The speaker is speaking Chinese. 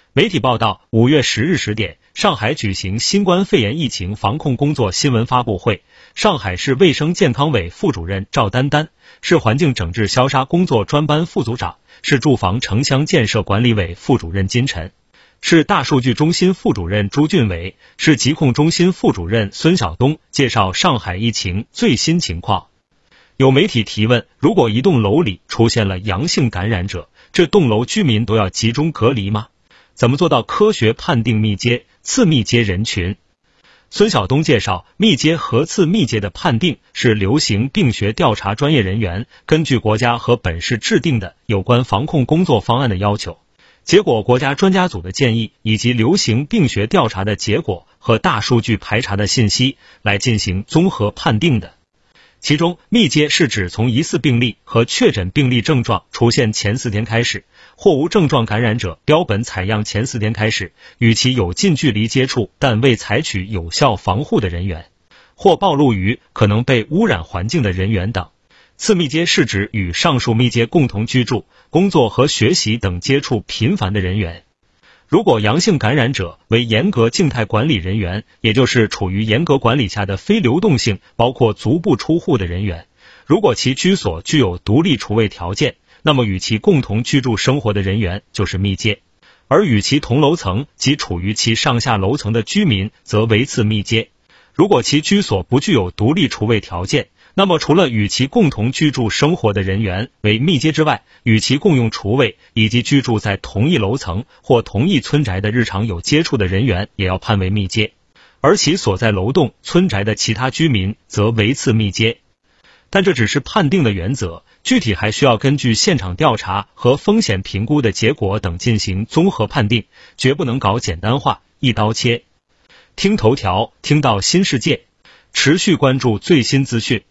媒体报道，5月10日10点，上海举行新冠肺炎疫情防控工作新闻发布会。上海市卫生健康委副主任赵丹丹，市环境整治消杀工作专班副组长，市住房城乡建设管理委副主任金晨，市大数据中心副主任朱俊伟，市疾控中心副主任孙晓东介绍上海疫情最新情况。有媒体提问，如果一栋楼里出现了阳性感染者，这栋楼居民都要集中隔离吗？怎么做到科学判定密接、次密接人群？孙晓东介绍，密接和次密接的判定是流行病学调查专业人员根据国家和本市制定的有关防控工作方案的要求，结果国家专家组的建议以及流行病学调查的结果和大数据排查的信息来进行综合判定的。其中，密接是指从疑似病例和确诊病例症状出现前4天开始，或无症状感染者标本采样前4天开始，与其有近距离接触但未采取有效防护的人员，或暴露于可能被污染环境的人员等。次密接是指与上述密接共同居住、工作和学习等接触频繁的人员。如果阳性感染者为严格静态管理人员，也就是处于严格管理下的非流动性包括足不出户的人员，如果其居所具有独立厨卫条件，那么与其共同居住生活的人员就是密接，而与其同楼层及处于其上下楼层的居民则为次密接。如果其居所不具有独立厨卫条件，那么除了与其共同居住生活的人员为密接之外，与其共用厨卫以及居住在同一楼层或同一村宅的日常有接触的人员也要判为密接，而其所在楼栋、村宅的其他居民则为次密接。但这只是判定的原则，具体还需要根据现场调查和风险评估的结果等进行综合判定，绝不能搞简单化、一刀切。听头条，听到新世界，持续关注最新资讯。